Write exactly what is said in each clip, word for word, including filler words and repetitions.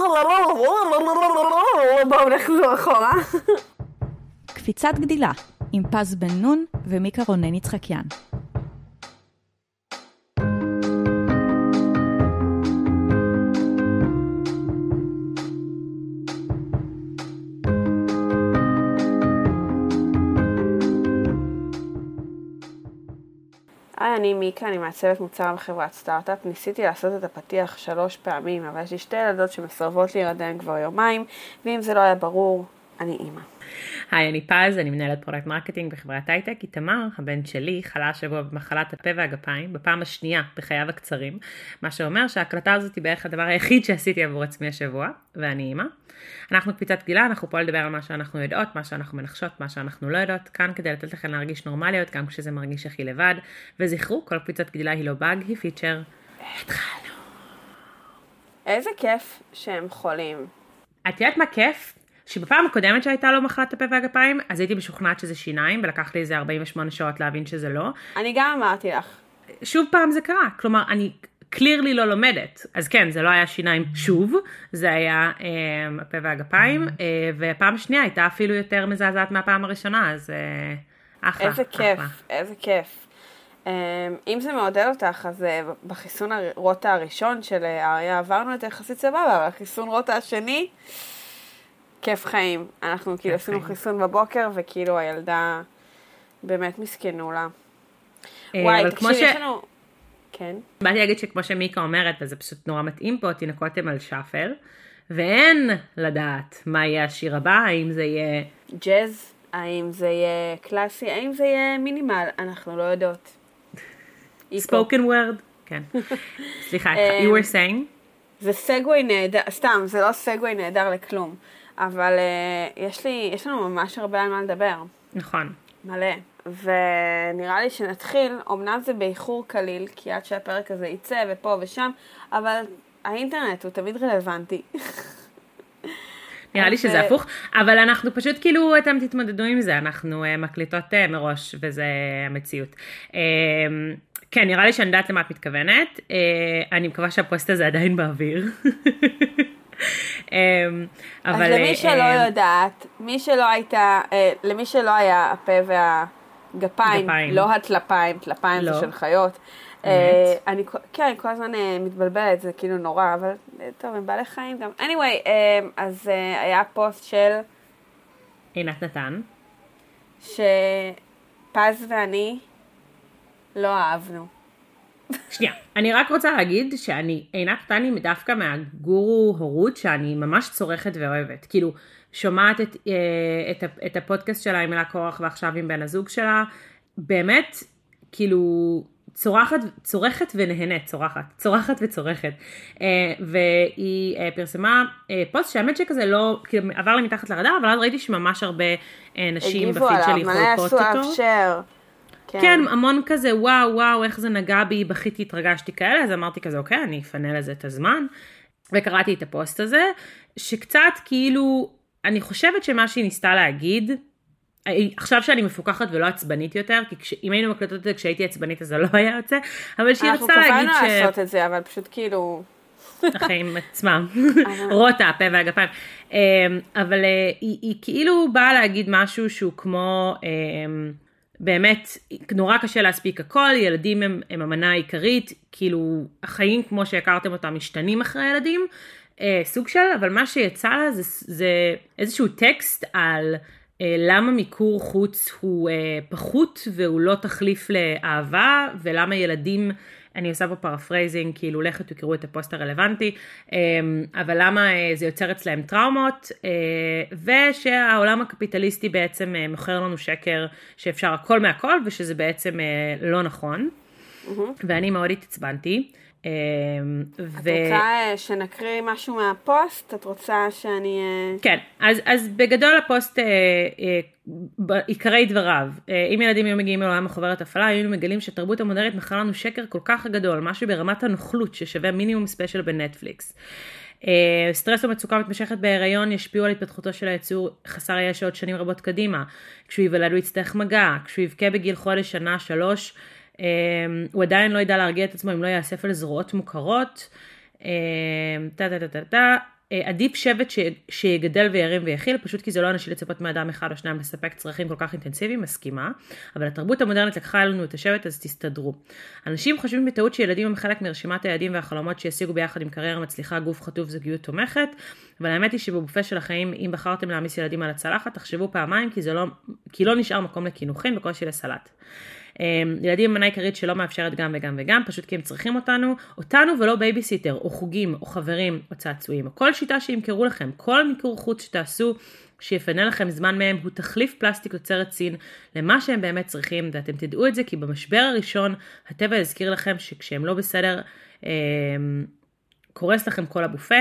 בואו נחזור אחורה. קפיצת גדילה עם פז בן נון ומיקה רונן יצחקיאן. היי, אני מיקה, אני מעצבת מוצר בחברת סטארט-אפ. ניסיתי לעשות את הפתיח שלוש פעמים, אבל יש לי שתי ילדות שמסרבות להירדם כבר יומיים, ואם זה לא היה ברור, אני אימא. היי, אני פז, אני מנהלת פרודקט מרקטינג בחברת הייטק. איתמר, הבן שלי, חלה השבוע במחלת הפה והגפיים, בפעם השנייה בחייו הקצרים, מה שאומר שההקלטה הזאת היא בערך הדבר היחיד שעשיתי עבור עצמי השבוע, ואני אימא. אנחנו קפיצת גדילה, אנחנו פה לדבר על מה שאנחנו יודעות, מה שאנחנו מנחשות, מה שאנחנו לא יודעות, כאן כדי לתת לכם להרגיש נורמליות, גם כשזה מרגיש הכי לבד, וזכרו, כל קפיצת גדילה היא לא באג, היא פיצ'ר. התחלנו. איזה כיף שהם חולים. את יודעת מה כיף? שבפעם הקודמת שהייתה לו מחלת הפה והגפיים, אז הייתי משוכנעת שזה שיניים, ולקח לי איזה ארבעים ושמונה שעות להבין שזה לא. אני גם אמרתי לך. שוב פעם זה קרה, כלומר, אני קלירלי לא לומדת. אז כן, זה לא היה שיניים שוב, זה היה אה, הפה והגפיים, אה, והפעם השנייה הייתה אפילו יותר מזעזעת מהפעם הראשונה, אז אה, אחלה. איזה כיף, אחלה. איזה כיף. אה, אם זה מעודד אותך, אז אה, בחיסון רוטה הראשון של אריה עברנו את יחסית סבבה, אבל החיסון רוטה השני, כיף חיים. אנחנו כאילו עשינו חיסון בבוקר, וכאילו הילדה באמת מסכנו לה. וואי, תקשיב, יש לנו... כן. באתי להגיד שכמו שמיקה אומרת, וזה פשוט נורא מתאים פה, תינוקות הם על שפל, ואין לדעת מה יהיה השיר הבא, האם זה יהיה... ג'אז, האם זה יהיה קלאסי, האם זה יהיה מינימל, אנחנו לא יודעות. spoken word, כן. סליחה, you were saying? זה סגווי נהדר, סתם, זה לא סגווי נהדר לכלום, אבל uh, יש לי, יש לנו ממש הרבה על מה לדבר. נכון. מלא. ונראה לי שנתחיל, אמנם זה באיחור קליל, כי עד שהפרק הזה יצא ופה ושם, אבל האינטרנט הוא תמיד רלוונטי. נראה לי שזה הפוך, אבל אנחנו פשוט כאילו, אתם תתמודדו עם זה, אנחנו מקליטות מראש, וזה המציאות. כן, נראה לי שאני יודעת למה את מתכוונת, אני מקווה שהפוסט הזה עדיין באוויר. אז למי שלא יודעת, מי שלא הייתה, למי שלא היה הפה והגפיים, לא הטלפיים, טלפיים זה של חיות. אני, כן, אני כל הזמן מתבלבלת, זה כאילו נורא, אבל טוב, הם בעלי חיים גם. anyway, אז היה פוסט של... עינת נתן. שפז ואני לא אהבנו. שנייה, אני רק רוצה להגיד שאני, עינת נתן היא דווקא מהגורו הורות שאני ממש צורכת ואוהבת. כאילו, שומעת את, את, את הפודקאסט שלה עם אלה קורח ועכשיו עם בן הזוג שלה, באמת, כאילו... צורחת, צורכת ונהנית, צורחת, צורחת וצורכת. והיא פרסמה פוסט שהאמת שכזה לא, כאילו עבר לי מתחת לרדאר, אבל אז ראיתי שממש הרבה נשים בפיד שלי חולקות אותו. כן. כן, המון כזה, וואו, וואו, איך זה נגע בי, בכיתי, התרגשתי כאלה, אז אמרתי כזה, אוקיי, אני אפנה לזה את הזמן, וקראתי את הפוסט הזה, שקצת כאילו, אני חושבת שמה שהיא ניסתה להגיד, עכשיו שאני מפוקחת ולא עצבנית יותר, כי אם היינו מקלטות את זה כשהייתי עצבנית אז זה לא היה יוצא, אבל שהיא רצתה להגיד ש... אנחנו קבענו לעשות את זה, אבל פשוט כאילו... החיים עצמם, רוטה, הפה והגפיים. אבל היא כאילו באה להגיד משהו שהוא כמו, באמת, נורא קשה להספיק הכל, ילדים הם המנה העיקרית, כאילו החיים כמו שהכרתם אותם משתנים אחרי ילדים, סוג של, אבל מה שיצא לה זה איזשהו טקסט על... למה מיקור חוץ הוא פחות והוא לא תחליף לאהבה, ולמה ילדים, אני עושה פה פרפרייזינג, כאילו לכת תקראו את הפוסט הרלוונטי, אבל למה זה יוצר אצלהם טראומות, ושהעולם הקפיטליסטי בעצם מוכר לנו שקר שאפשר הכל מהכל, ושזה בעצם לא נכון, ואני מאוד התעצבנתי. את רוצה שנקריא משהו מהפוסט? את רוצה שאני... כן, אז, אז בגדול הפוסט, עיקרי דבריו, אם ילדים היו מגיעים לעולם החוברת הפעלה, היינו מגלים שתרבות המודרנית מכרה לנו שקר כל כך גדול, משהו ברמת הנוכלות ששווה מינימום ספיישל בנטפליקס. סטרס ומצוקה מתמשכת בהיריון ישפיעו על התפתחותו של היצור חסר ישע עוד שנים רבות קדימה. כשהוא ייוולד הוא יצטרך מגע, כשהוא יבכה בגיל חודש, שנה, שלוש, הוא עדיין לא ידע להרגיע את עצמו אם לא יאסף על זרועות מוכרות. טה טה טה טה טה. עדיף שבט ש... שיגדל וירים ויחיל, פשוט כי זה לא אנשים לצפות מאדם אחד או שניים לספק צרכים כל כך אינטנסיביים, מסכימה, אבל התרבות המודרנית לקחה לנו את השבט, אז תסתדרו. אנשים חושבים בטעות שילדים הם חלק מרשימת היעדים והחלומות שישיגו ביחד עם קריירה מצליחה, גוף חטוב, זוגיות תומכת, אבל האמת היא שבבופה של החיים, אם בחרתם להעמיס ילדים על הצלחת, תחשבו פעמיים, כי, זה לא... כי לא נשאר מקום לקינוחים בקושי לסלט. ילדים הם מנה עיקרית שלא מאפשרת גם וגם וגם, פשוט כי הם צריכים אותנו, אותנו ולא בייביסיטר, או חוגים, או חברים, או צעצועים, או כל שיטה שימכרו לכם, כל מיקור חוץ שתעשו, שיפנה לכם זמן מהם, הוא תחליף פלסטיק יוצרת סין, למה שהם באמת צריכים, ואתם תדעו את זה, כי במשבר הראשון, הטבע יזכיר לכם שכשהם לא בסדר, קורס לכם כל הבופה,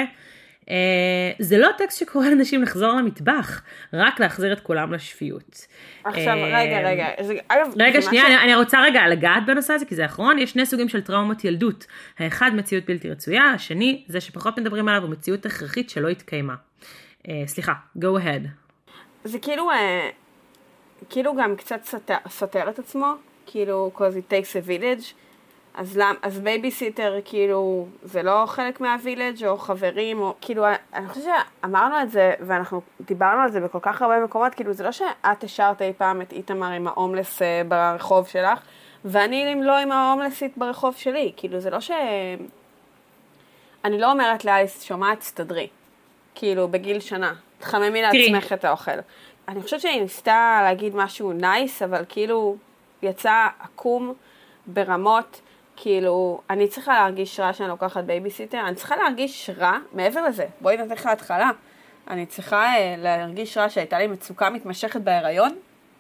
זה לא טקסט שקורא לאנשים לחזור למטבח, רק להחזיר את כולם לשפיות. עכשיו, רגע, רגע. רגע, שנייה, אני רוצה רגע לגעת בנושא הזה, כי זה האחרון. יש שני סוגים של טראומות ילדות. האחד, מציאות בלתי רצויה, השני, זה שפחות מדברים עליו, הוא מציאות הכרחית שלא התקיימה. סליחה, go ahead. זה כאילו, כאילו גם קצת סותר את עצמו, כאילו, cause it takes a village. אז, אז בייביסיטר, כאילו, זה לא חלק מהווילג' או חברים, או כאילו, אני חושבת שאמרנו את זה, ואנחנו דיברנו על זה בכל כך הרבה מקומות, כאילו, זה לא שאת השארת אי פעם את איתמר עם ההומלס ברחוב שלך, ואני לא עם ההומלסית ברחוב שלי, כאילו, זה לא ש... אני לא אומרת לאליס, שומעת, סתדרי, כאילו, בגיל שנה, תחממי לעצמך את האוכל. אני חושבת שהיא ניסתה להגיד משהו נייס, אבל כאילו, יצא עקום ברמות, כאילו, אני צריכה להרגיש רע שאני לוקחת בייביסיטר, אני צריכה להרגיש רע מעבר לזה. בואי נתן לך להתחלה. אני צריכה אה, להרגיש רע שהייתה לי מצוקה מתמשכת בהיריון.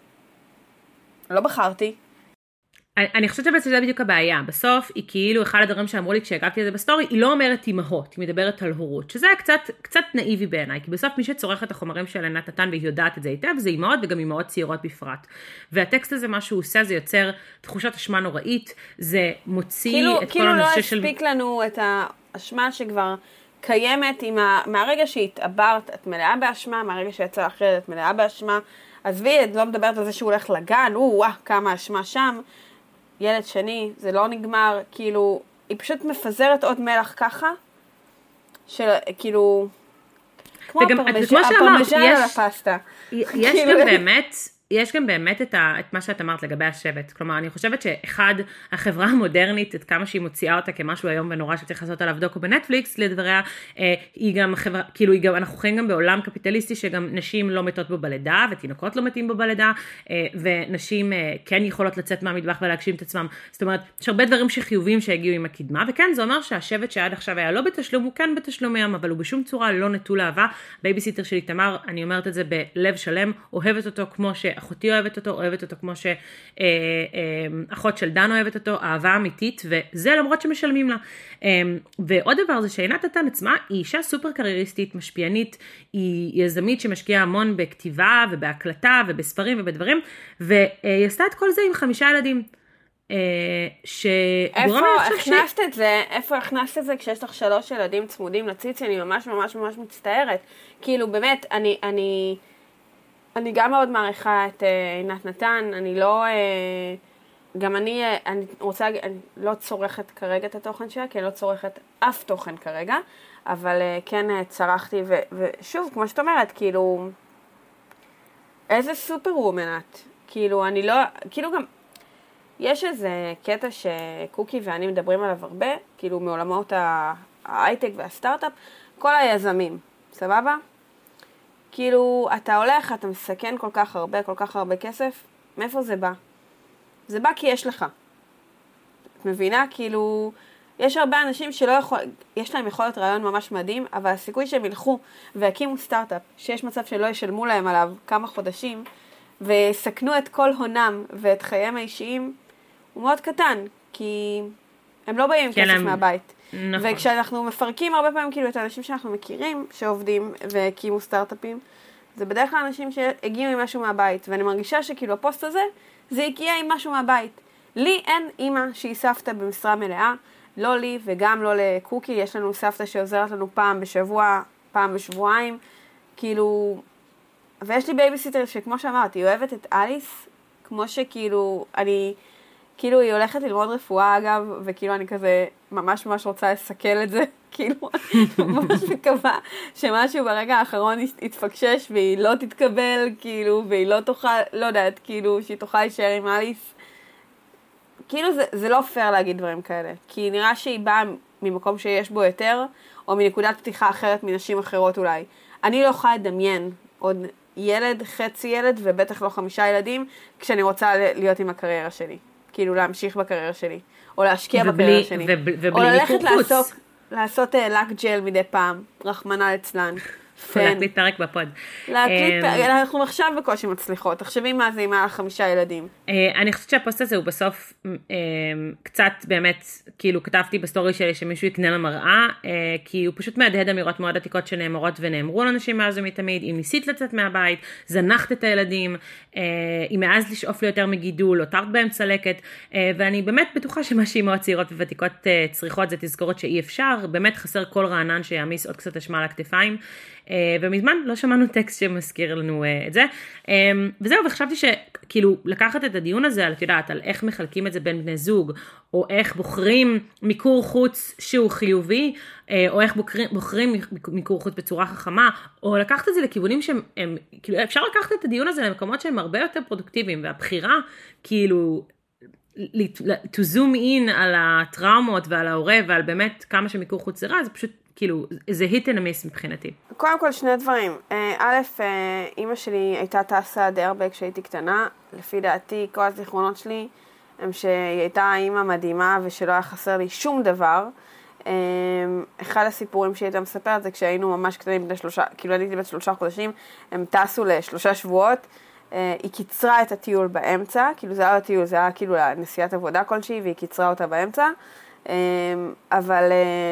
לא בחרתי. אני, אני חושבת שבזה בדיוק הבעיה. בסוף היא כאילו, אחד הדברים שאמרו לי כשהגבתי את זה בסטורי, היא לא אומרת אימהות, היא מדברת על הורות, שזה קצת, קצת נאיבי בעיניי, כי בסוף מי שצורך את החומרים של עינת נתן והיא יודעת את זה היטב, זה אימהות וגם אימהות צעירות בפרט. והטקסט הזה, מה שהוא עושה, זה יוצר תחושת אשמה נוראית, זה מוציא כאילו, את כאילו כל הנושא לא של... הספיק לנו את האשמה שכבר קיימת, עם ה... מהרגע שהתעברת, את מלאה באשמה, מהרגע שיצא אחרת, את מלאה באשמה, אז והיא לא מדברת על זה שהוא הולך לגן, הוא, וואה, כמה אשמה שם. ילד שני, זה לא נגמר, כאילו, היא פשוט מפזרת עוד מלח ככה, של, כאילו, כמו הפרמיז'ן על הפסטה. יש גם באמת, יש גם באמת את, ה, את מה שאת אמרת לגבי השבט. כלומר, אני חושבת שאחד, החברה המודרנית, את כמה שהיא מוציאה אותה כמשהו היום ונורא שצריך לעשות עליו דוקו בנטפליקס, לדבריה, אה, היא גם חברה, כאילו, היא גם, אנחנו חיים גם בעולם קפיטליסטי שגם נשים לא מתות בו בלידה, ותינוקות לא מתים בו בלידה, אה, ונשים אה, כן יכולות לצאת מהמטבח ולהגשים את עצמם. זאת אומרת, יש הרבה דברים שחיובים שהגיעו עם הקדמה, וכן, זה אומר שהשבט שעד עכשיו היה לא בתשלום, הוא כן בתשלום ים, אבל הוא בשום צורה לא נטול אהבה. בייביסיטר שלי תמר, אני אומרת את זה בלב שלם, אוהבת אותו כמו ש אחותי אוהבת אותו, אוהבת אותו כמו שאחות של דן אוהבת אותו, אהבה אמיתית, וזה למרות שמשלמים לה. ועוד דבר זה שעינת נתן עצמה, היא אישה סופר קרייריסטית, משפיענית, היא יזמית שמשקיעה המון בכתיבה ובהקלטה ובספרים ובדברים, והיא עשתה את כל זה עם חמישה ילדים. איפה הכנסת את זה, איפה הכנסת את זה כשיש לך שלוש ילדים צמודים לציצי, אני ממש ממש ממש מצטערת. כאילו באמת, אני... אני אני גם מאוד מעריכה את עינת נתן, אני לא, גם אני, אני רוצה, אני לא צורכת כרגע את התוכן שלה, כי אני לא צורכת אף תוכן כרגע, אבל כן צרכתי, ו, ושוב, כמו שאת אומרת, כאילו, איזה סופר וומן את, כאילו, אני לא, כאילו גם, יש איזה קטע שקוקי ואני מדברים עליו הרבה, כאילו מעולמות ההייטק והסטארט-אפ, כל היזמים, סבבה? כאילו, אתה הולך, אתה מסכן כל כך הרבה, כל כך הרבה כסף, מאיפה זה בא? זה בא כי יש לך. את מבינה? כאילו, יש הרבה אנשים שלא יכול, יש להם יכולת רעיון ממש מדהים, אבל הסיכוי שהם ילכו והקימו סטארט-אפ, שיש מצב שלא ישלמו להם עליו כמה חודשים, וסכנו את כל הונם ואת חייהם האישיים, הוא מאוד קטן, כי הם לא באים עם כסף הם... מהבית. נכון. וכשאנחנו מפרקים הרבה פעמים כאילו את האנשים שאנחנו מכירים, שעובדים והקימו סטארט-אפים, זה בדרך כלל אנשים שהגיעו עם משהו מהבית, ואני מרגישה שכאילו הפוסט הזה, זה הגיע עם משהו מהבית. לי אין אמא שהיא סבתא במשרה מלאה, לא לי וגם לא לקוקי, יש לנו סבתא שעוזרת לנו פעם בשבוע, פעם בשבועיים, כאילו, ויש לי בייביסיטר שכמו שאמרתי, היא אוהבת את אליס, כמו שכאילו, אני, כאילו היא הולכת ללמוד רפואה אגב, וכאילו אני כזה ממש ממש רוצה לסכל את זה, כאילו, ממש מקווה שמשהו ברגע האחרון יתפקשש והיא לא תתקבל, כאילו, והיא לא תוכל, לא יודעת, כאילו, שהיא תוכל להישאר עם אליס. כאילו, זה, זה לא פייר להגיד דברים כאלה, כי נראה שהיא באה ממקום שיש בו יותר, או מנקודת פתיחה אחרת מנשים אחרות אולי. אני לא יכולה לדמיין עוד ילד, חצי ילד, ובטח לא חמישה ילדים, כשאני רוצה להיות עם הקריירה שלי. כאילו, להמשיך בקריירה שלי. או להשקיע בקריירה שלי. או ללכת לעשות, לעשות לק ג'ל מדי פעם, רחמנא ליצלן. להקליט פרק בפוד. להקליט פרק, אנחנו עכשיו בקושי מצליחות. תחשבי מה זה עם חמישה ילדים. אני חושבת שהפוסט הזה הוא בסוף קצת באמת, כאילו כתבתי בסטורי שלי שמישהו יקנה למראה, כי הוא פשוט מהדהד אמירות מאוד עתיקות שנאמרות ונאמרו לאנשים מאז ומתמיד. אם ניסית לצאת מהבית, זנחת את הילדים, אם מאז לשאוף ליותר מגידול, או תרת בהם צלקת, ואני באמת בטוחה שמה שאימהות צעירות וותיקות צריכות זה תזכורת שאי אפשר, באמת חסר כל רענן שיעמיס עוד קצת אשמה על הכתפיים. ומזמן לא שמענו טקסט שמזכיר לנו את זה, וזהו, וחשבתי שכאילו לקחת את הדיון הזה, את יודעת, על איך מחלקים את זה בין בני זוג, או איך בוחרים מיקור חוץ שהוא חיובי, או איך בוחרים, בוחרים מיקור חוץ בצורה חכמה, או לקחת את זה לכיוונים שהם, הם, כאילו אפשר לקחת את הדיון הזה למקומות שהם הרבה יותר פרודוקטיביים, והבחירה כאילו to zoom in על הטראומות ועל ההורה ועל באמת כמה שמיקור חוץ זה רע, זה פשוט כאילו, זה hit and miss מבחינתי. קודם כל שני דברים. א', אמא שלי הייתה טסה די הרבה כשהייתי קטנה. לפי דעתי, כל הזיכרונות שלי הם שהיא הייתה אמא מדהימה ושלא היה חסר לי שום דבר. אחד הסיפורים שהיא הייתה מספרת זה כשהיינו ממש קטנים בני שלושה, כאילו הייתי בת שלושה חודשים, הם טסו לשלושה שבועות. היא קיצרה את הטיול באמצע, כאילו זה היה הטיול, זה היה כאילו נסיעת עבודה כלשהי, והיא קיצרה אותה באמצע. אבל...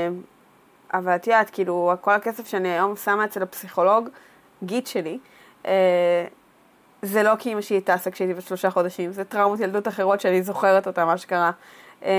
אבל את יודעת, כאילו, כל הכסף שאני היום שמה אצל הפסיכולוג, גיד שלי, אה, זה לא כי אמא שהיא טסה כשהייתי בשלושה חודשים, זה טראומות ילדות אחרות שאני זוכרת אותה, מה שקרה. אה,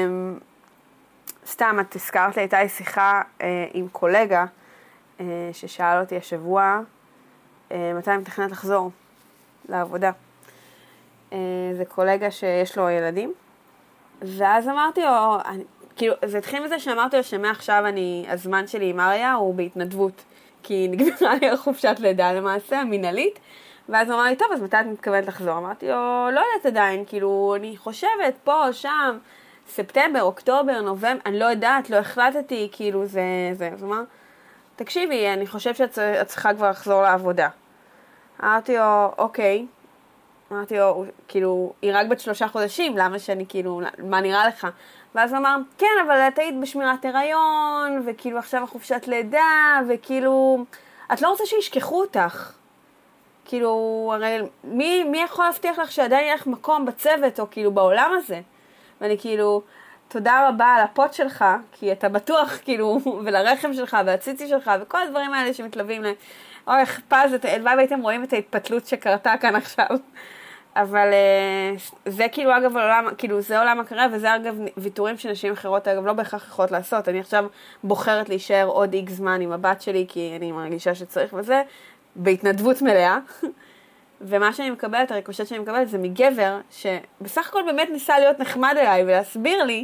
סתם, את הזכרת לי, הייתה לי שיחה אה, עם קולגה, אה, ששאל אותי השבוע, אה, מתי אני מתכנת לחזור לעבודה. אה, זה קולגה שיש לו ילדים, ואז אמרתי לו, אני, כאילו, זה התחיל מזה שאמרתי לו שמעכשיו אני, הזמן שלי עם אריה הוא בהתנדבות, כי נגמרה לי החופשת לידה למעשה, המנהלית, ואז הוא אמר לי, טוב, אז מתי את מתכוונת לחזור? אמרתי לו, לא יודעת עדיין, כאילו, אני חושבת פה, שם, ספטמבר, אוקטובר, נובמבר, אני לא יודעת, לא החלטתי, כאילו, זה, זה, זאת אומרת, תקשיבי, אני חושב שאת צריכה כבר לחזור לעבודה. אמרתי לו, אוקיי, אמרתי לו, כאילו, היא רק בת שלושה חודשים, למה שאני, כאילו, מה נראה לך? ואז הוא אמר, כן, אבל את היית בשמירת הריון, וכאילו עכשיו החופשת לידה, וכאילו, את לא רוצה שישכחו אותך. כאילו, הרי מי, מי יכול להבטיח לך שעדיין יהיה לך מקום בצוות, או כאילו בעולם הזה? ואני כאילו, תודה רבה על הפוט שלך, כי אתה בטוח, כאילו, ולרחם שלך, והציצי שלך, וכל הדברים האלה שמתלווים להם. אוי, איך פז, הלוואי והייתם רואים את ההתפתלות שקרתה כאן עכשיו. אבל זה כאילו אגב עולם, כאילו זה עולם הקריירה, וזה אגב ויתורים שנשים אחרות אגב לא בהכרח יכולות לעשות. אני עכשיו בוחרת להישאר עוד איקס זמן עם הבת שלי, כי אני מרגישה שצריך וזה, בהתנדבות מלאה. ומה שאני מקבלת, הריקושט שאני מקבלת, זה מגבר שבסך הכל באמת ניסה להיות נחמד אליי ולהסביר לי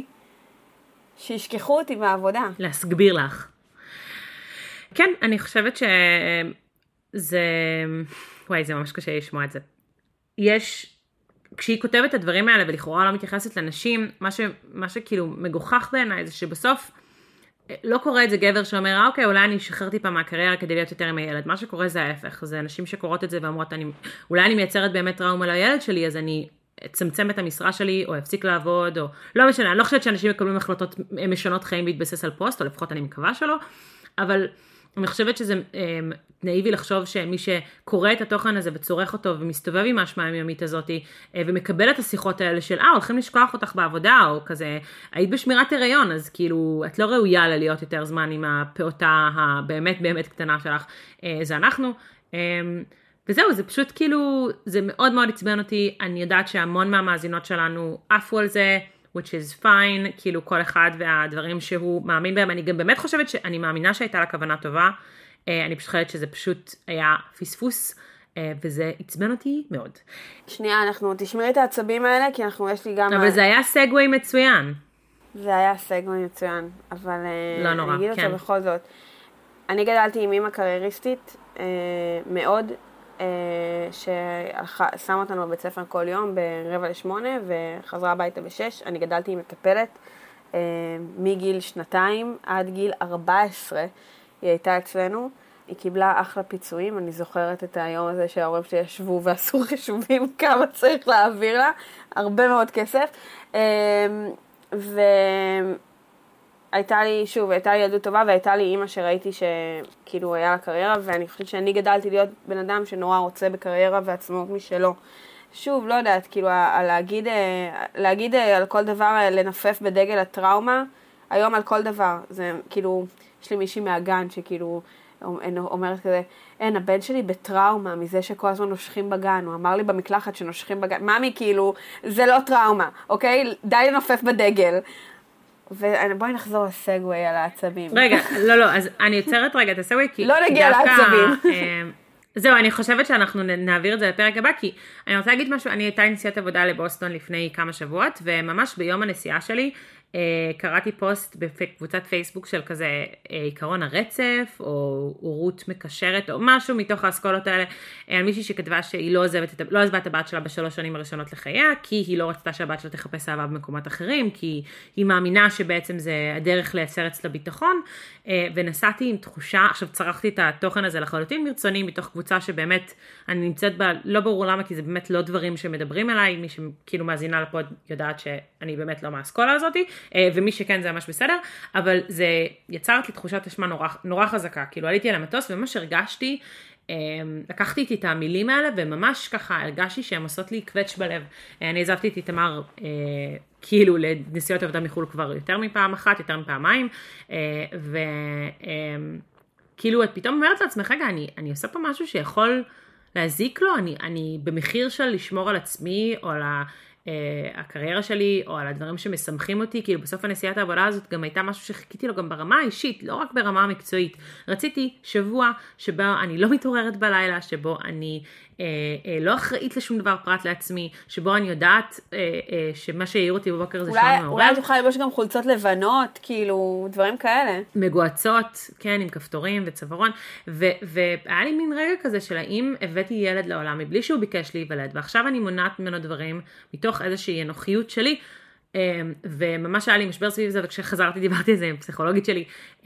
שישכחו אותי מהעבודה. להסגביר לך. כן, אני חושבת שזה, וואי, זה ממש קשה לשמוע את זה. יש, כשהיא כותבת את הדברים האלה ולכאורה לא מתייחסת לנשים, מה, ש, מה שכאילו מגוחך בעיניי זה שבסוף לא קורה את זה גבר שאומר, אוקיי, אולי אני אשחרר טיפה מהקריירה כדי להיות יותר עם הילד. מה שקורה זה ההפך, זה אנשים שקוראות את זה ואומרות, אני, אולי אני מייצרת באמת טראומה לילד שלי, אז אני אצמצם את המשרה שלי, או אפסיק לעבוד, או לא משנה, אני לא חושבת שאנשים יקבלו החלטות משנות חיים בהתבסס על פוסט, או לפחות אני מקווה שלא, אבל אני חושבת שזה אה, נאיבי לחשוב שמי שקורא את התוכן הזה וצורך אותו ומסתובב עם האשמה היומית הזאת אה, ומקבל את השיחות האלה של אה, הולכים לשכוח אותך בעבודה או כזה, היית בשמירת הריון, אז כאילו את לא ראויה להיות יותר זמן עם הפעוטה הבאמת באמת קטנה שלך, אה, זה אנחנו. אה, וזהו, זה פשוט כאילו, זה מאוד מאוד עצבן אותי, אני יודעת שהמון מהמאזינות שלנו עפו על זה, which is fine, כאילו כל אחד והדברים שהוא מאמין בהם, אני גם באמת חושבת שאני מאמינה שהייתה לה כוונה טובה, אני פשוט חושבת שזה פשוט היה פספוס, וזה עצבן אותי מאוד. שנייה, אנחנו תשמרי את העצבים האלה, כי אנחנו, יש לי גם... אבל זה היה סגווי מצוין. זה היה סגמנט מצוין, אבל לא נורא, אני אגיד כן. אותו בכל זאת. אני גדלתי עם אמא קרייריסטית אה, מאוד, אה, ששמה אותנו בבית ספר כל יום ברבע לשמונה, וחזרה הביתה בשש. אני גדלתי עם מטפלת אה, מגיל שנתיים עד גיל ארבע עשרה, היא הייתה אצלנו. היא קיבלה אחלה פיצויים, אני זוכרת את היום הזה שההורים שלי ישבו ועשו חישובים כמה צריך להעביר לה, הרבה מאוד כסף. והייתה לי, שוב, הייתה לי ילדות טובה, והייתה לי אימא שראיתי שכאילו היה לה קריירה, ואני חושבת שאני גדלתי להיות בן אדם שנורא רוצה בקריירה ועצמאות משלו. שוב, לא יודעת, כאילו, להגיד, להגיד על כל דבר, לנפף בדגל הטראומה, היום על כל דבר, זה כאילו, יש לי מישהי מהגן שכאילו, אומרת כזה, אין, הבן שלי בטראומה מזה שכל הזמן נושכים בגן, הוא אמר לי במקלחת שנושכים בגן, ממי כאילו, זה לא טראומה, אוקיי? די לנופף בדגל. ובואי נחזור לסגווי על העצבים. רגע, לא, לא, אז אני יוצרת רגע את הסגווי, כי... לא נגיע לעצבים. זהו, אני חושבת שאנחנו נעביר את זה לפרק הבא, כי אני רוצה להגיד משהו, אני הייתה נסיעת עבודה לבוסטון לפני כמה שבועות, וממש ביום הנסיעה שלי, קראתי פוסט בקבוצת פייסבוק של כזה עיקרון הרצף, או הורות מקשרת, או משהו מתוך האסכולות האלה, על מישהי שכתבה שהיא לא עזבת את, לא עזבה את הבת שלה בשלוש שנים הראשונות לחייה, כי היא לא רצתה שהבת שלה תחפש אהבה במקומות אחרים, כי היא מאמינה שבעצם זה הדרך לייצר אצלה ביטחון, ונסעתי עם תחושה, עכשיו צרכתי את התוכן הזה לחלוטין מרצוני, מתוך קבוצה שבאמת אני נמצאת בה, לא ברור למה, כי זה באמת לא דברים שמדברים אליי, מי שכאילו מאזינה לפוד יודעת שאני באמת לא מהאסכולה הזאת, ומי שכן זה ממש בסדר, אבל זה יצרת לי תחושת אשמה נורא, נורא חזקה, כאילו עליתי על המטוס וממש הרגשתי, לקחתי איתי את המילים האלה, וממש ככה הרגשתי שהן עושות לי קווץ' בלב. אני עזבתי את תמר כאילו לנסיעות עבודה מחול כבר יותר מפעם אחת, יותר מפעמיים, וכאילו את פתאום אומרת לעצמך, רגע, אני, אני עושה פה משהו שיכול להזיק לו, אני, אני במחיר של לשמור על עצמי, או על ה... הקריירה שלי, או על הדברים שמשמחים אותי, כאילו בסוף הנסיעת העבודה הזאת גם הייתה משהו שחיכיתי לו גם ברמה האישית, לא רק ברמה המקצועית. רציתי שבוע שבו אני לא מתעוררת בלילה, שבו אני אה, אה, לא אחראית לשום דבר פרט לעצמי, שבו אני יודעת אה, אה, שמה שהעיר אותי בבוקר זה שעון מעורר. אולי תוכל לבוש גם חולצות לבנות, כאילו דברים כאלה. מגועצות, כן, עם כפתורים וצווארון, ו- והיה לי מין רגע כזה של האם הבאתי ילד לעולם מבלי שהוא ביקש להיוולד, ועכשיו אני מונעת ממנו דברים מתוך איזושהי אנוכיות שלי, וממש היה לי משבר סביב זה, וכשחזרתי דיברתי על זה עם פסיכולוגית שלי,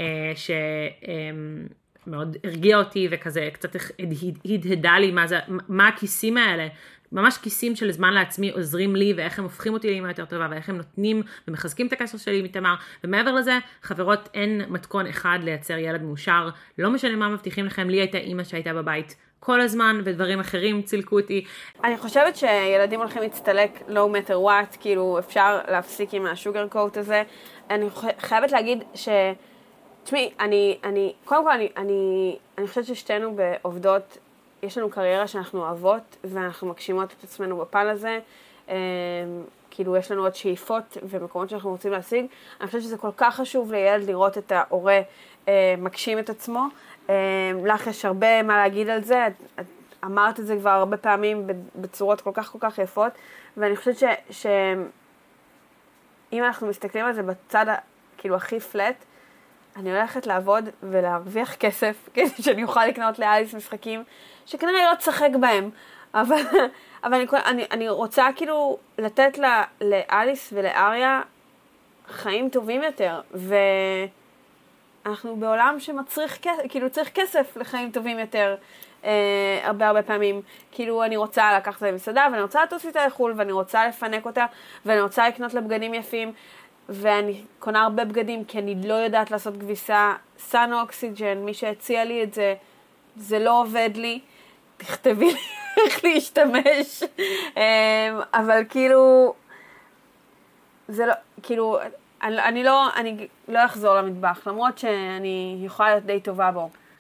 שמאוד הרגיעה אותי וכזה קצת הדהדה לי מה, זה, מה הכיסים האלה, ממש כיסים של זמן לעצמי עוזרים לי, ואיך הם הופכים אותי לאמא יותר טובה, ואיך הם נותנים ומחזקים את הקשר שלי מתמר, ומעבר לזה, חברות, אין מתכון אחד לייצר ילד מאושר, לא משנה מה מבטיחים לכם, לי הייתה אמא שהייתה בבית כל הזמן, ודברים אחרים צילקו אותי. אני חושבת שילדים הולכים להצטלק no matter what, כאילו אפשר להפסיק עם השוגר קוט הזה. אני חייבת להגיד ש... תשמעי, אני, אני, קודם כל אני, אני, אני חושבת ששתינו בעובדות, יש לנו קריירה שאנחנו אוהבות, ואנחנו מגשימות את עצמנו בפן הזה, כאילו יש לנו עוד שאיפות ומקומות שאנחנו רוצים להשיג. אני חושבת שזה כל כך חשוב לילד לראות את ההורה מגשים את עצמו. לך יש הרבה מה להגיד על זה, את, את אמרת את זה כבר הרבה פעמים בצורות כל כך כל כך יפות, ואני חושבת ש, שאם אנחנו מסתכלים על זה בצד כאילו הכי פלט, אני הולכת לעבוד ולהרוויח כסף, כדי שאני אוכל לקנות לאליס משחקים, שכנראה לא תשחק בהם, אבל, אבל אני, אני, אני רוצה כאילו לתת לה, לאליס ולאריה חיים טובים יותר, ו... אנחנו בעולם שמצריך כסף, כאילו צריך כסף לחיים טובים יותר, אה, הרבה הרבה פעמים. כאילו אני רוצה לקחת אותה למסעדה, ואני רוצה לטוס איתה לחול, ואני רוצה לפנק אותה, ואני רוצה לקנות לה בגדים יפים, ואני קונה הרבה בגדים, כי אני לא יודעת לעשות כביסה. סאנו אוקסיג'ן, מי שהציע לי את זה, זה לא עובד לי, תכתבי לי איך להשתמש. אה, אבל כאילו, זה לא, כאילו... אני, אני, לא, אני לא אחזור למטבח, למרות שאני יכולה להיות די טובה בו.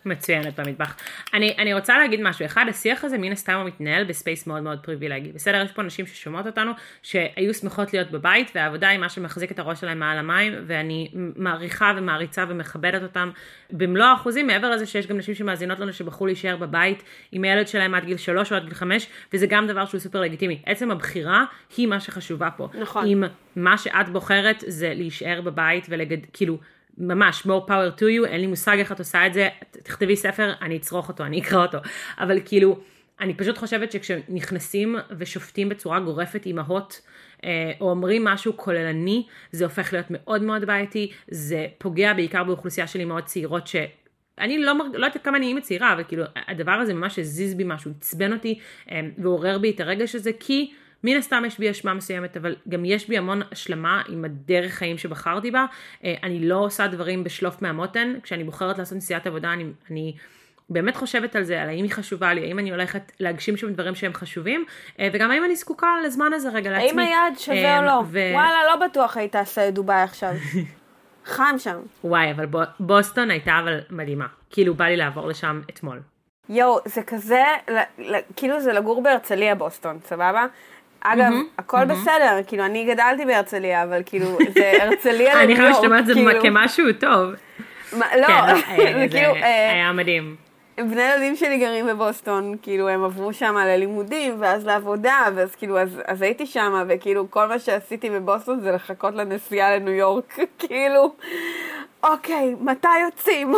מצוינת במטבח. אני, אני רוצה להגיד משהו. אחד, השיח הזה מן הסתם הוא מתנהל בספייס מאוד מאוד פריבילגי. בסדר, יש פה נשים ששומעות אותנו, שהיו שמחות להיות בבית, והעבודה היא מה שמחזיק את הראש שלהם מעל המים, ואני מעריכה ומעריצה ומכבדת אותם במלוא האחוזים, מעבר לזה שיש גם נשים שמאזינות לנו שבחרו להישאר בבית עם הילד שלהם עד גיל שלוש או עד גיל חמש, וזה גם דבר שהוא סופר לגיטימי. עצם הבחירה היא מה שחשובה פה. נכון. אם מה שאת בוחרת זה להישאר בבית ולגד, כאילו, ממש, more power to you, אין לי מושג איך את עושה את זה, תכתבי ספר, אני אצרוך אותו, אני אקרא אותו, אבל כאילו, אני פשוט חושבת שכשנכנסים ושופטים בצורה גורפת אימהות, או אומרים משהו כוללני, זה הופך להיות מאוד מאוד בעייתי, זה פוגע בעיקר באוכלוסייה של אימהות צעירות ש... אני לא, לא יודעת כמה אני אימא צעירה, אבל כאילו, הדבר הזה ממש הזיז בי משהו, הצבן אותי, ועורר בי את הרגש הזה, כי מן הסתם יש בי אשמה מסוימת, אבל גם יש בי המון השלמה עם הדרך חיים שבחרתי בה. אני לא עושה דברים בשלוף מהמותן. כשאני בוחרת לעשות נסיעת עבודה, אני, אני באמת חושבת על זה, על האם היא חשובה לי, האם אני הולכת להגשים שם דברים שהם חשובים, וגם האם אני זקוקה לזמן הזה רגע לעצמי. האם היעד שווה או לא? ו... וואלה, לא בטוח היית עושה דובאי עכשיו. חם שם. וואי, אבל בוסטון הייתה אבל מדהימה. כאילו בא לי לעבור לשם אתמול. יו, זה כזה, כאילו זה לגור בהרצליה בוסטון, סבבה? אגב, mm-hmm, הכל mm-hmm. בסדר, כאילו, אני גדלתי בהרצליה, אבל כאילו, זה הרצליה לניו יורק, אני חושבת שאתה אומרת, זה כמשהו טוב. מה, לא, כן, זה כאילו... היה מדהים. בני ילדים שלי גרים בבוסטון, כאילו, הם עברו שם ללימודים, ואז לעבודה, ואז כאילו, אז, אז הייתי שם, וכאילו, כל מה שעשיתי בבוסטון זה לחכות לנסיעה לניו יורק, כאילו, אוקיי, מתי יוצאים?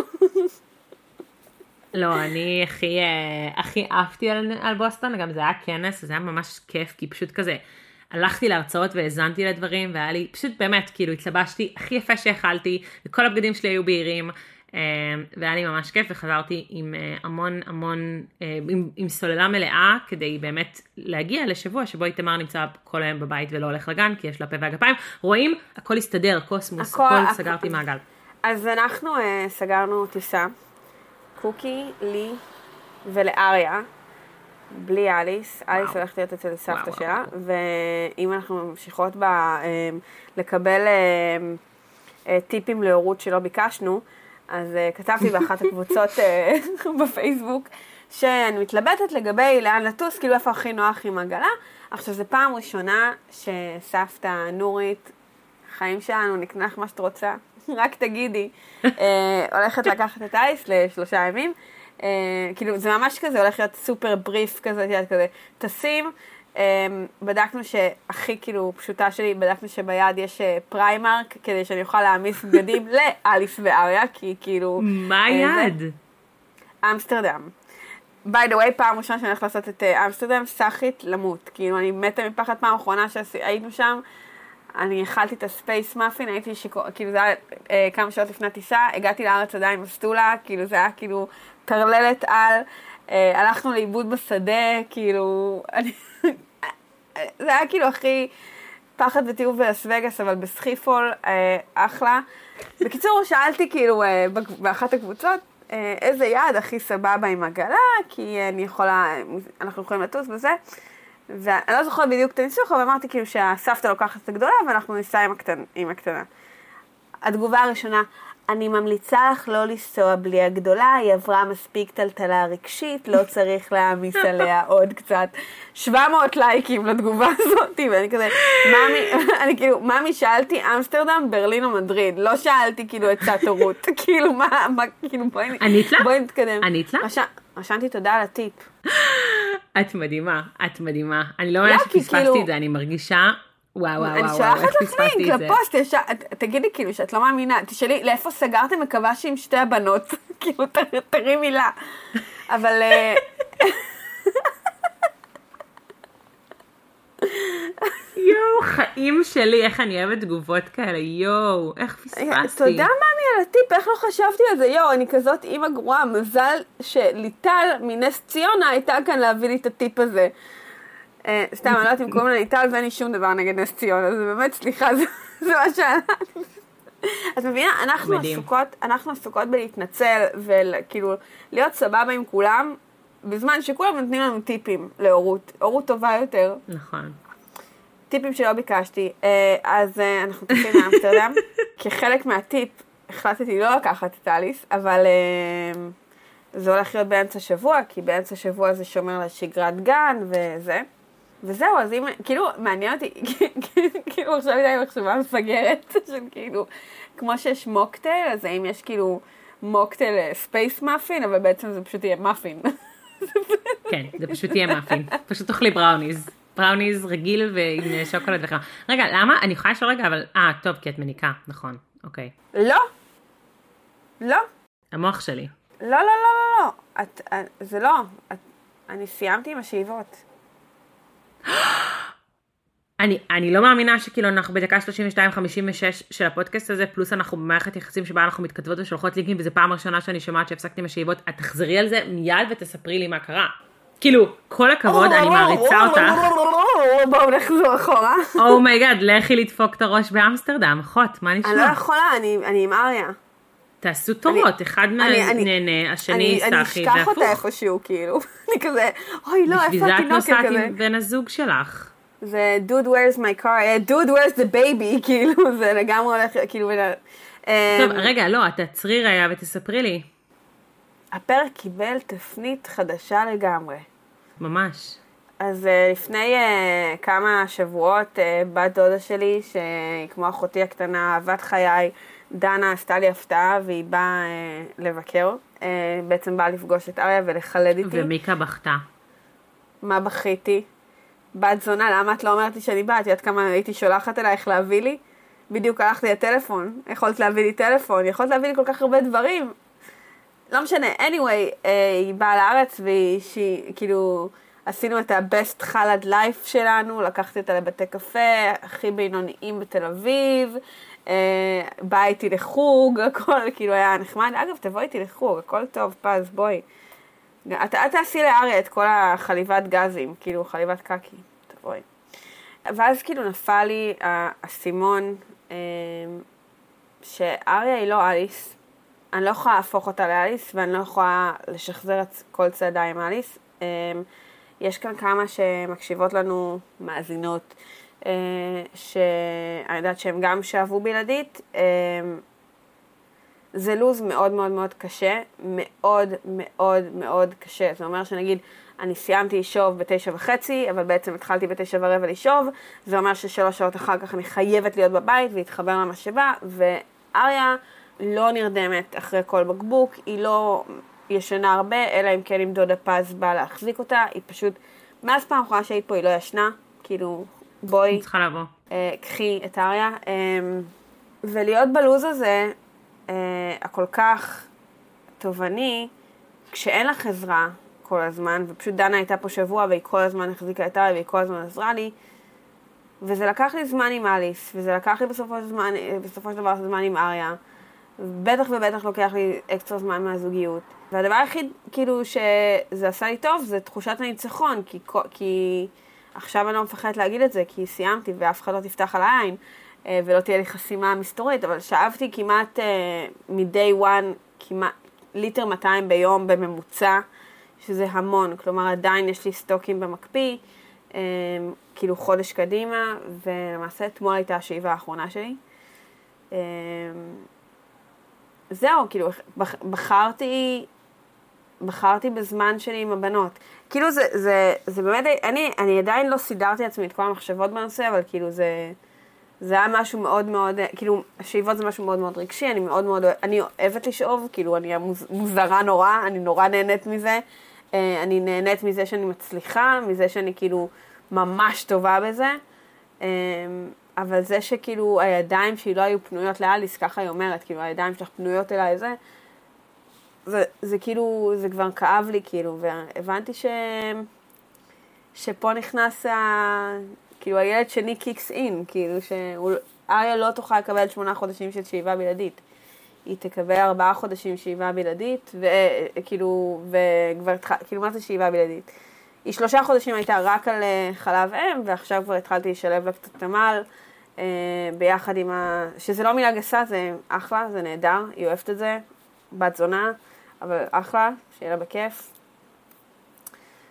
לא, אני הכי, הכי אהבתי על, על בוסטון, גם זה היה כנס, זה היה ממש כיף, כי פשוט כזה, הלכתי להרצאות והזנתי לדברים, והיה לי, פשוט באמת, כאילו, התלבשתי הכי יפה שהאכלתי, וכל הבגדים שלי היו בהירים, והיה לי ממש כיף, וחזרתי עם המון המון, עם, עם סוללה מלאה, כדי באמת להגיע לשבוע, שבו איתמר נמצא כל היום בבית ולא הולך לגן, כי יש לה פה והגפיים, רואים, הכל הסתדר, קוסמוס, הכל, הכל סגרתי הכ... מעגל. אז אנחנו uh, סגרנו טיסה, קוקי, לי ולאריה, בלי אליס. וואו. אליס הולכת להיות אצל סבתא וואו, שלה, וואו. ואם אנחנו ממשיכות בה, לקבל טיפים להורות שלא ביקשנו, אז כתבתי באחת הקבוצות בפייסבוק, שאני מתלבטת לגבי לאן לטוס, כאילו איפה הכי נוח עם עגלה. עכשיו, זו פעם ראשונה שסבתא נורית, חיים שלנו, נקנה לך מה שאת רוצה, רק תגידי, הולכת לקחת את אליס לשלושה ימים, כאילו זה ממש כזה, הולך להיות סופר בריף כזה, כזה, תשים, בדקנו שהכי כאילו פשוטה שלי, בדקנו שביד יש פריימרק, כדי שאני אוכל להעמיס בגדים לאליס ואריה, כי כאילו... מה היד? אמסטרדם. by the way, פעם ראשונה שאני הולכת לעשות את אמסטרדם, סחית למות, כאילו אני מתה מפחד פעם האחרונה שהיינו שם, אני אכלתי את הספייס מאפין, הייתי שיקור, כאילו זה היה אה, כמה שעות לפני טיסה, הגעתי לארץ עדיין בסטולה, כאילו זה היה כאילו טרללת על, אה, הלכנו לאיבוד בשדה, כאילו, אני, זה היה כאילו הכי פחד וטיוב בלס וגאס, אבל בסחיפול, אה, אחלה. בקיצור, שאלתי כאילו אה, באחת הקבוצות, אה, איזה יעד הכי סבבה עם עגלה, כי אני יכולה, אנחנו יכולים לטוס בזה, ואני לא זוכרת בדיוק את הניסוח, אבל אמרתי כאילו שהסבתא לוקחת את הגדולה, ואנחנו ניסע עם, הקטן, עם הקטנה. התגובה הראשונה, אני ממליצה לך לא לנסוע בלי הגדולה, היא עברה מספיק טלטלה רגשית, לא צריך להעמיס עליה עוד קצת. שבע מאות לייקים לתגובה הזאת, ואני כזה, ממי, אני כאילו, ממי שאלתי אמסטרדם, ברלין או מדריד, לא שאלתי כאילו את סאטורות, כאילו מה, מה, כאילו בואי, בואי נתקדם. ענית לה? רשמתי תודה על הטיפ. את מדהימה, את מדהימה. אני לא אומרת שפספסתי את זה, אני מרגישה, וואו, וואו, וואו, איך פספסתי את זה. לפוסט, תגידי כאילו שאת לא מאמינה, תשאלי, לאיפה סגרתם? מקווה שעם שתי הבנות, כאילו תראי מילה. אבל... יואו, חיים שלי, איך אני אוהבת תגובות כאלה, יואו, איך פספסתי. תודה מאמי על הטיפ, איך לא חשבתי על זה, יואו, אני כזאת אימא גרועה, מזל שליטל מנס ציונה הייתה כאן להביא לי את הטיפ הזה. סתם, אני לא יודעת אם קוראים לה ליטל ואין לי שום דבר נגד נס ציונה, זה באמת, סליחה, זה מה שעלה. את מבינה, אנחנו עסוקות, אנחנו עסוקות בלהתנצל וכאילו להיות סבבה עם כולם, בזמן שכולם נותנים לנו טיפים להורות, הורות טובה יותר. נכון. טיפים שלא ביקשתי, אז אנחנו טסים לאמסטרדם, כחלק מהטיפ החלטתי לא לקחת את אליס, אבל זה הולך להיות באמצע שבוע, כי באמצע שבוע זה שומר לשגרת גן וזה. וזהו, אז אם, כאילו, מעניין אותי, כאילו עכשיו הייתה מחשבה מפגרת, של כאילו, כמו שיש מוקטייל, אז האם יש כאילו מוקטייל ספייס מאפין, אבל בעצם זה פשוט יהיה מאפין. כן, זה פשוט יהיה מאפין. פשוט תאכלי בראוניז. בראוניז רגיל ועם שוקולד וחם. רגע, למה? אני יכולה לשאול רגע, אבל, אה, טוב, כי את מניקה, נכון, אוקיי. לא. לא. המוח שלי. לא, לא, לא, לא, לא. את, זה לא. את, אני סיימתי עם השאיבות. אני, אני לא מאמינה שכאילו אנחנו בדקה שלושים ושתיים חמישים ושש של הפודקאסט הזה, פלוס אנחנו במערכת יחסים שבה אנחנו מתכתבות ושולחות לינקים, וזה פעם ראשונה שאני שומעת שהפסקתי עם השאיבות, את תחזרי על זה מיד ותספרי לי מה קרה. כאילו, כל הכבוד, אני מעריצה אותך. בואו נחזור אחורה. אומייגאד, לכי לדפוק את הראש באמסטרדם, אחות, מה נשמע? אני לא יכולה, אני עם אריה. תעשו טובות, אחד נהנה, השני סחי, והפוך. אני אשכח אותה איפשהו, כאילו. אני כזה, אוי לא, איפה התינוקת כזה? בשביל זה את נוסעת עם בן הזוג שלך. זה, dude, where's my car? dude, where's the baby? כאילו, זה לגמרי הולך, כאילו... טוב, רגע, לא, את תעצרי רגע ותספרי לי. הפרק קיבל תפנית חדשה לגמרי. ממש. אז לפני כמה שבועות, בת דודה שלי, שהיא כמו אחותי הקטנה, אהבת חיי, דנה עשתה לי הפתעה, והיא באה לבקר. בעצם באה לפגוש את אריה ולחלד איתי. ומיקה בכתה. מה בכיתי? בת זונה, למה את לא אומרת לי שאני באה? את יודעת כמה הייתי שולחת אלייך להביא לי? בדיוק הלכתי לטלפון, יכולת להביא לי טלפון, יכולת להביא לי כל כך הרבה דברים. לא משנה, anyway, היא באה לארץ והיא, כאילו, עשינו את ה-best חלד life שלנו, לקחתי אותה לבתי קפה, הכי בינוניים בתל אביב, באה איתי לחוג, הכל כאילו היה נחמד. אגב, תבוא איתי לחוג, הכל טוב, פז, בואי. אתה תעשי לאריה את כל החליבת גזים, כאילו חליבת קקי, תבואי. ואז כאילו נפל לי הסימון שאריה היא לא אליס, אני לא יכולה להפוך אותה לאליס, ואני לא יכולה לשחזר את כל צעדה עם אליס. יש כאן כמה שמקשיבות לנו מאזינות, שאני יודעת שהם גם שאהבו בלעדית. זה לוז מאוד מאוד מאוד קשה, מאוד מאוד מאוד קשה. זאת אומרת שנגיד, אני סיימתי לשאוב בתשע וחצי, אבל בעצם התחלתי בתשע ורבע לשאוב, זה אומר ששלוש שעות אחר כך אני חייבת להיות בבית ולהתחבר למשאבה, ואריה לא נרדמת אחרי כל בקבוק, היא לא ישנה הרבה, אלא אם כן עם דודה פז באה להחזיק אותה, היא פשוט, מאז פעם אחרונה שהיית פה היא לא ישנה, כאילו בואי, אני צריכה לבוא. אה, קחי את אריה, אה, ולהיות בלוז הזה, אה, הכל כך תובעני, כשאין לך עזרה כל הזמן, ופשוט דנה הייתה פה שבוע והיא כל הזמן החזיקה את אריה והיא כל הזמן עזרה לי, וזה לקח לי זמן עם אליס, וזה לקח לי בסופו של זמן, בסופו של דבר זמן עם אריה, בטח ובטח לוקח לי אקסטרה זמן מהזוגיות. והדבר היחיד, כאילו, שזה עשה לי טוב, זה תחושת הניצחון, כי, כי עכשיו אני לא מפחדת להגיד את זה, כי סיימתי ואף אחד לא תפתח על העין, ולא תהיה לי חסימה מסתורית, אבל שאבתי כמעט מ-day one, כמעט ליטר מאתיים ביום בממוצע, שזה המון, כלומר עדיין יש לי סטוקים במקפיא, כאילו חודש קדימה, ולמעשה אתמול הייתה השאיבה האחרונה שלי. זהו, כאילו, בחרתי, בחרתי בזמן שלי עם הבנות. כאילו, זה, זה, זה באמת, אני, אני עדיין לא סידרתי עצמי את כל המחשבות בנושא, אבל כאילו, זה, זה היה משהו מאוד מאוד, כאילו, השאיבות זה משהו מאוד מאוד רגשי, אני מאוד מאוד, אני אוהבת לשאוב, כאילו, אני מוזרה נורא, אני נורא נהנית מזה, אני נהנית מזה שאני מצליחה, מזה שאני כאילו ממש טובה בזה, אבל זה שכאילו הידיים שלי לא היו פנויות לאליס, ככה היא אומרת, כאילו הידיים שלך פנויות אליי, זה, זה, זה כאילו, זה כבר כאב לי, כאילו, והבנתי ש, שפה נכנס ה, כאילו הילד שני קיקס אין, כאילו שאריה לא תוכל לקבל שמונה חודשים של שאיבה בלעדית. היא תקבל ארבעה חודשים שאיבה בלעדית, וכאילו, וכבר, כאילו מה זה שאיבה בלעדית? היא שלושה חודשים הייתה רק על חלב אם, ועכשיו כבר התחלתי לשלב לה קצת תמל, ביחד עם ה... שזה לא מילה גסה, זה אחלה, זה נהדר, היא אוהבת את זה, בת זונה, אבל אחלה, שיהיה לה בכיף.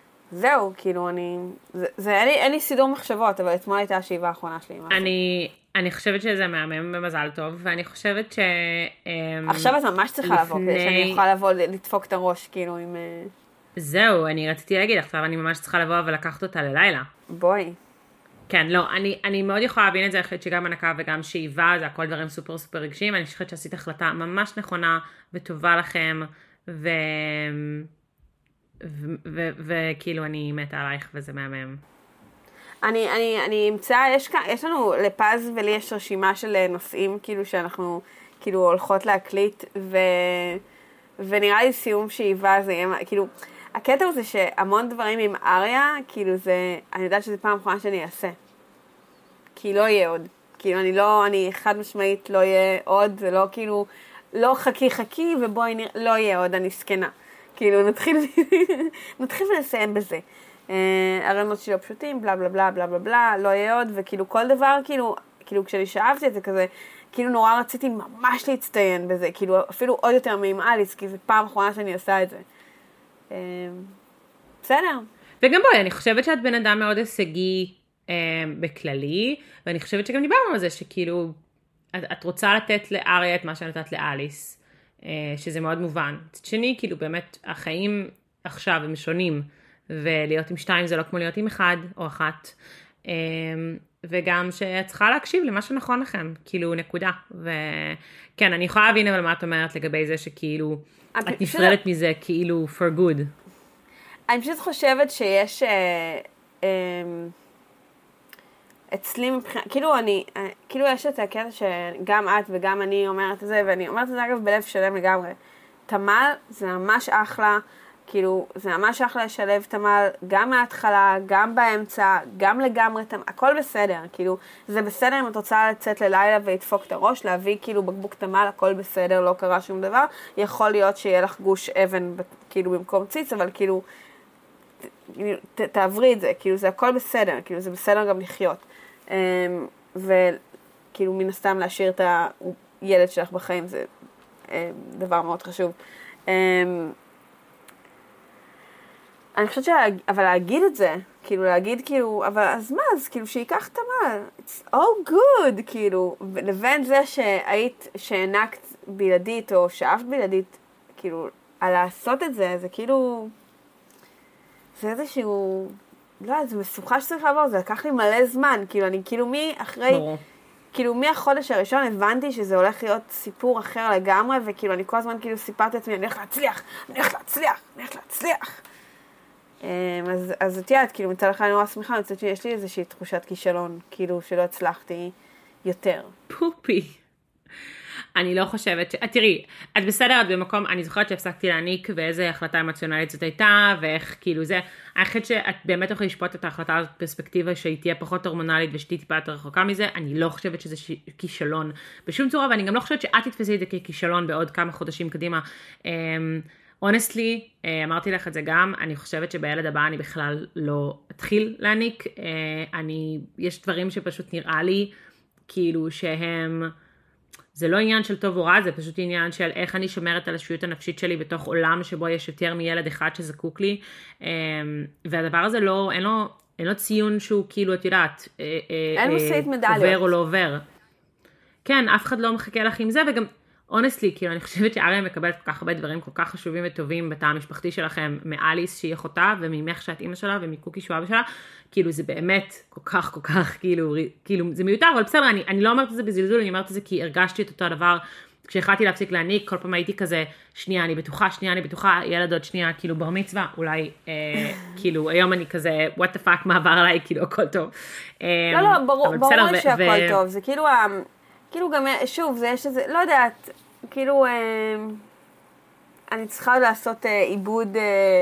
זהו, כאילו אני... זה, זה אין לי, אין לי סידור מחשבות, אבל אתמול הייתה השאיבה האחרונה שלי. אני, אני חושבת שזה מהמם במזל טוב, ואני חושבת ש... עכשיו את ממש צריכה לבוא, כדי שאני אוכל לבוא לדפוק את הראש, כאילו עם... זהו, אני רציתי להגיד, עכשיו אני ממש צריכה לבוא ולקחת אותה ללילה. בואי. כן, לא, אני, אני מאוד יכולה להבין את זה, אני חושבת שגם הנקה וגם שאיבה, זה הכל דברים סופר סופר רגשיים, אני חושבת שעשית החלטה ממש נכונה וטובה לכם, ו... וכאילו אני מתה עלייך וזה מהמם. אני, אני, אני אמצא, יש, יש לנו, לפז ולי יש רשימה של נושאים, כאילו שאנחנו, כאילו הולכות להקליט, ו, ונראה לי סיום שאיבה זה יהיה, כאילו, הקטע הוא זה שהמון דברים עם אריה, כאילו זה, אני יודעת שזה פעם אחרונה שאני אעשה. כי לא יהיה עוד. כאילו אני לא, אני חד משמעית לא יהיה עוד, זה לא כאילו, לא חכי חכי ובואי נראה, לא יהיה עוד, אני סקנה. כאילו נתחיל, נתחיל ונסיים בזה. הרעיונות שלי לא פשוטים, בלה בלה בלה בלה בלה בלה, לא יהיה עוד, וכאילו כל דבר, כאילו, כאילו כשאני שאהבתי את זה כזה, כאילו נורא רציתי ממש להצטיין בזה, כאילו אפילו עוד יותר מעם אליס, כי זה פעם אחרונה שאני עושה את זה. בסדר. וגם בואי, אני חושבת שאת בן אדם מאוד הישגי אה, בכללי, ואני חושבת שגם דיברנו על זה, שכאילו, את, את רוצה לתת לאריה את מה שנתת לאליס, אה, שזה מאוד מובן. צד שני, כאילו באמת, החיים עכשיו הם שונים, ולהיות עם שתיים זה לא כמו להיות עם אחד או אחת, אה, וגם שאת צריכה להקשיב למה שנכון לכם, כאילו נקודה. וכן, אני יכולה להבין אבל מה את אומרת לגבי זה, שכאילו, את נפרדת מזה כאילו for good. אני פשוט חושבת שיש, אה, אה, אצלי מבחינת, כאילו אני, אה, כאילו יש את הקטע שגם את וגם אני אומרת את זה, ואני אומרת את זה אגב בלב שלם לגמרי. תמל זה ממש אחלה, כאילו זה ממש אחלה לשלב תמל, גם מההתחלה, גם באמצע, גם לגמרי תמל, הכל בסדר, כאילו זה בסדר אם את רוצה לצאת ללילה ולדפוק את הראש, להביא כאילו בקבוק תמל, הכל בסדר, לא קרה שום דבר, יכול להיות שיהיה לך גוש אבן כאילו במקום ציץ, אבל כאילו ת, תעברי את זה, כאילו זה הכל בסדר, כאילו זה בסדר גם לחיות. וכאילו מן הסתם להשאיר את הילד שלך בחיים, זה דבר מאוד חשוב. אני חושבת שה... אבל להגיד את זה, כאילו להגיד כאילו, אבל אז מה, אז כאילו שיקח את המל, it's all good, כאילו, לבין זה שהיית, שהענקת בלעדית או שאהבת בלעדית, כאילו, על לעשות את זה, זה כאילו, זה איזשהו, לא, זה משוכה שצריך לעבור, זה לקח לי מלא זמן, כאילו, אני כאילו מי אחרי, ברור. כאילו מהחודש הראשון הבנתי שזה הולך להיות סיפור אחר לגמרי, וכאילו אני כל הזמן כאילו סיפרתי לעצמי, אני הולך להצליח, אני הולך להצליח, אני הולך להצליח. אז, אז את יודעת, כאילו מצד אחד אני נורא שמחה, מצד שיש לי איזושהי תחושת כישלון, כאילו שלא הצלחתי יותר. פופי. אני לא חושבת ש... תראי, את בסדר, את במקום, אני זוכרת שהפסקתי להעניק ואיזה החלטה אמוציונלית זאת הייתה, ואיך כאילו זה, אני חושבת שאת באמת יכולה לשפוט את ההחלטה הזאת בפרספקטיבה שהיא תהיה פחות הורמונלית ושתהיה טיפה יותר רחוקה מזה, אני לא חושבת שזה ש... כישלון בשום צורה, ואני גם לא חושבת שאת תתפסי את זה ככישלון בעוד כמה חודשים קדימה. הונסטלי, אמרתי לך את זה גם, אני חושבת שבילד הבא אני בכלל לא אתחיל להעניק, אני, יש דברים שפשוט נראה לי כאילו שהם... זה לא עניין של טוב או רע, זה פשוט עניין של איך אני שומרת על השפיות הנפשית שלי בתוך עולם שבו יש יותר מילד אחד שזקוק לי, והדבר הזה לא, אין לו, אין לו ציון שהוא כאילו, את יודעת, אין מוסית מדליות. עובר או לא עובר. כן, אף אחד לא מחכה לך עם זה, וגם, honestly, כאילו, אני חושבת שאריה מקבלת כל כך הרבה דברים כל כך חשובים וטובים בתא המשפחתי שלכם, מאליס שהיא אחותה, וממך שאת אימא שלה, ומקוקי שהוא אבא שלה, כאילו זה באמת כל כך כל כך, כאילו, כאילו זה מיותר, אבל בסדר, אני, אני לא אומרת את זה בזלזול, אני אומרת את זה כי הרגשתי את אותו הדבר, כשהחלטתי להפסיק להעניק, כל פעם הייתי כזה, שנייה, אני בטוחה, שנייה, אני בטוחה, ילד עוד שנייה, כאילו בר מצווה, אולי, אה, כאילו, היום אני כזה, what the fuck, מה עבר עליי, כאילו, הכל טוב. לא, לא, ברור, ברור לי שהכל טוב, זה כאילו, כאילו גם, שוב, זה יש איזה, לא יודעת, כאילו, אני צריכה לעשות עיבוד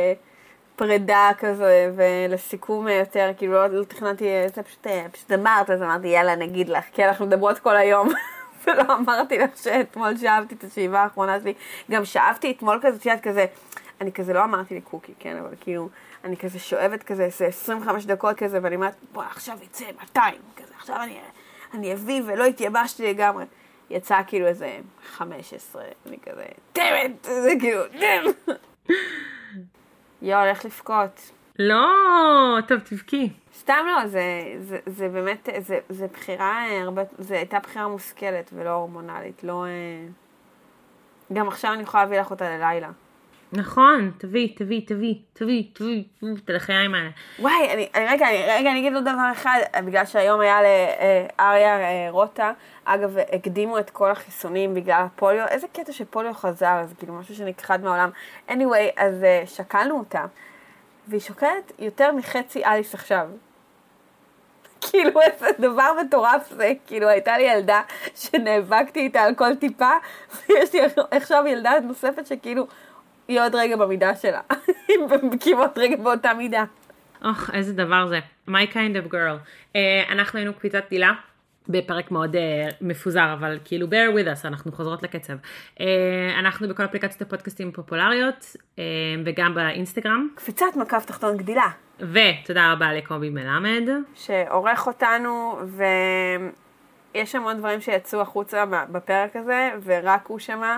פרידה כזה, ולסיכום יותר, כאילו, לא תכננתי, זה פשוט, פשוט אמרת, אז אמרתי, יאללה, נגיד לך, כי אנחנו מדברות כל היום, ולא אמרתי לך שאתמול שאהבתי את השאיבה האחרונה שלי, גם שאהבתי אתמול כזה, תיאת כזה, אני כזה לא אמרתי לי קוקי, כן, אבל כאילו, אני כזה שואבת כזה, עשרים וחמש דקות כזה, ואני אומרת, בוא, עכשיו יצא מאתיים, כזה, עכשיו אני, אני אביא ולא התייבשתי לגמרי. יצא כאילו איזה חמש עשרה, אני כזה, דמת, זה כאילו, דם. יו, הולך לפקוט. לא, טוב, תבכי. סתם לא, זה, זה, זה באמת, זה, זה בחירה, הרבה, זה הייתה בחירה מושכלת ולא הורמונלית, לא... גם עכשיו אני יכולה להביא לך אותה ללילה. נכון, תביא, תביא, תביא, תביא, תביא, את הלחיים האלה. וואי, אני, רגע, אני, רגע, אני אגיד עוד דבר אחד, בגלל שהיום היה לאריה רוטה, אגב, הקדימו את כל החיסונים בגלל הפוליו, איזה קטע שפוליו חזר, זה כאילו משהו שנכחד מהעולם. anyway, אז שקלנו אותה, והיא שוקלת יותר מחצי אליס עכשיו. כאילו, איזה דבר מטורף זה, כאילו, הייתה לי ילדה שנאבקתי איתה על כל טיפה, ויש לי עכשיו ילדה נוספת שכאילו, היא עוד רגע במידה שלה. היא כמעט רגע באותה מידה. אוח, איזה דבר זה. My kind of girl. Uh, אנחנו היינו קפיצת גדילה, בפרק מאוד uh, מפוזר, אבל כאילו bear with us, אנחנו חוזרות לקצב. Uh, אנחנו בכל אפליקציות הפודקאסטים פופולריות, uh, וגם באינסטגרם. קפיצת מקף תחתון גדילה. ותודה רבה לקובי מלמד. שעורך אותנו, ויש המון דברים שיצאו החוצה בפרק הזה, ורק הוא שמה,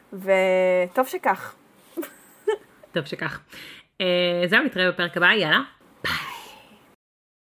וטוב שכך. טוב שכך. זהו, נתראה בפרק הבא, יאללה.